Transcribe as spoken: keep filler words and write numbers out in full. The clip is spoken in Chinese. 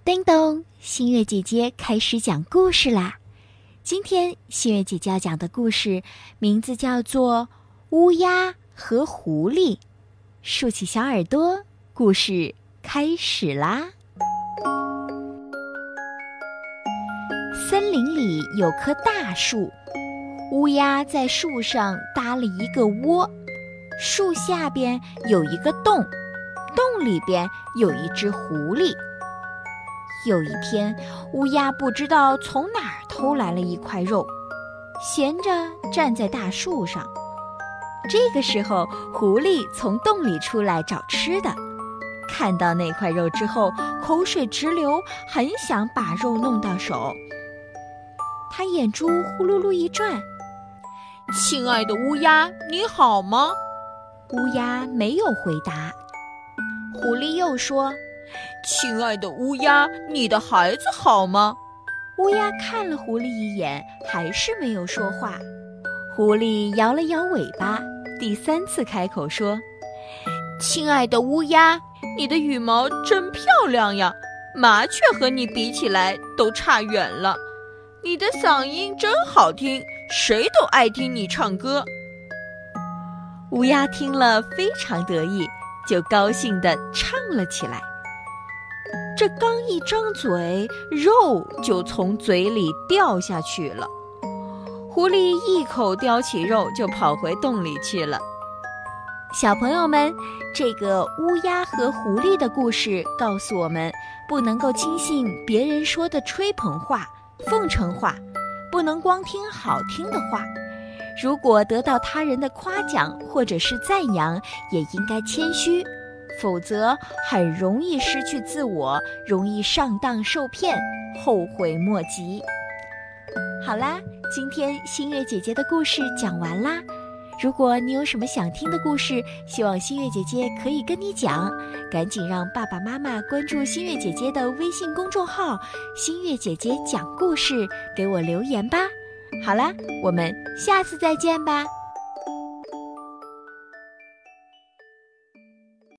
叮咚，新月姐姐开始讲故事啦！今天新月姐姐要讲的故事名字叫做《乌鸦和狐狸》。竖起小耳朵，故事开始啦！森林里有棵大树，乌鸦在树上搭了一个窝，树下边有一个洞，洞里边有一只狐狸。有一天，乌鸦不知道从哪儿偷来了一块肉，闲着站在大树上。这个时候，狐狸从洞里出来找吃的，看到那块肉之后，口水直流，很想把肉弄到手。他眼珠呼噜噜一转， 亲爱的乌鸦，你好吗？ 乌鸦没有回答。狐狸又说， 亲爱的乌鸦，你的孩子好吗？ 乌鸦看了狐狸一眼，还是没有说话。狐狸摇了摇尾巴，第三次开口说， 亲爱的乌鸦，你的羽毛真漂亮呀，麻雀和你比起来都差远了。你的嗓音真好听，谁都爱听你唱歌。 乌鸦听了非常得意，就高兴地唱了起来。这刚一张嘴，肉就从嘴里掉下去了。狐狸一口叼起肉，就跑回洞里去了。小朋友们，这个乌鸦和狐狸的故事告诉我们，不能够轻信别人说的吹捧话、奉承话，不能光听好听的话。如果得到他人的夸奖或者是赞扬，也应该谦虚，否则很容易失去自我，容易上当受骗，后悔莫及。好啦，今天新月姐姐的故事讲完啦。如果你有什么想听的故事，希望新月姐姐可以跟你讲，赶紧让爸爸妈妈关注新月姐姐的微信公众号新月姐姐讲故事，给我留言吧。好啦，我们下次再见吧。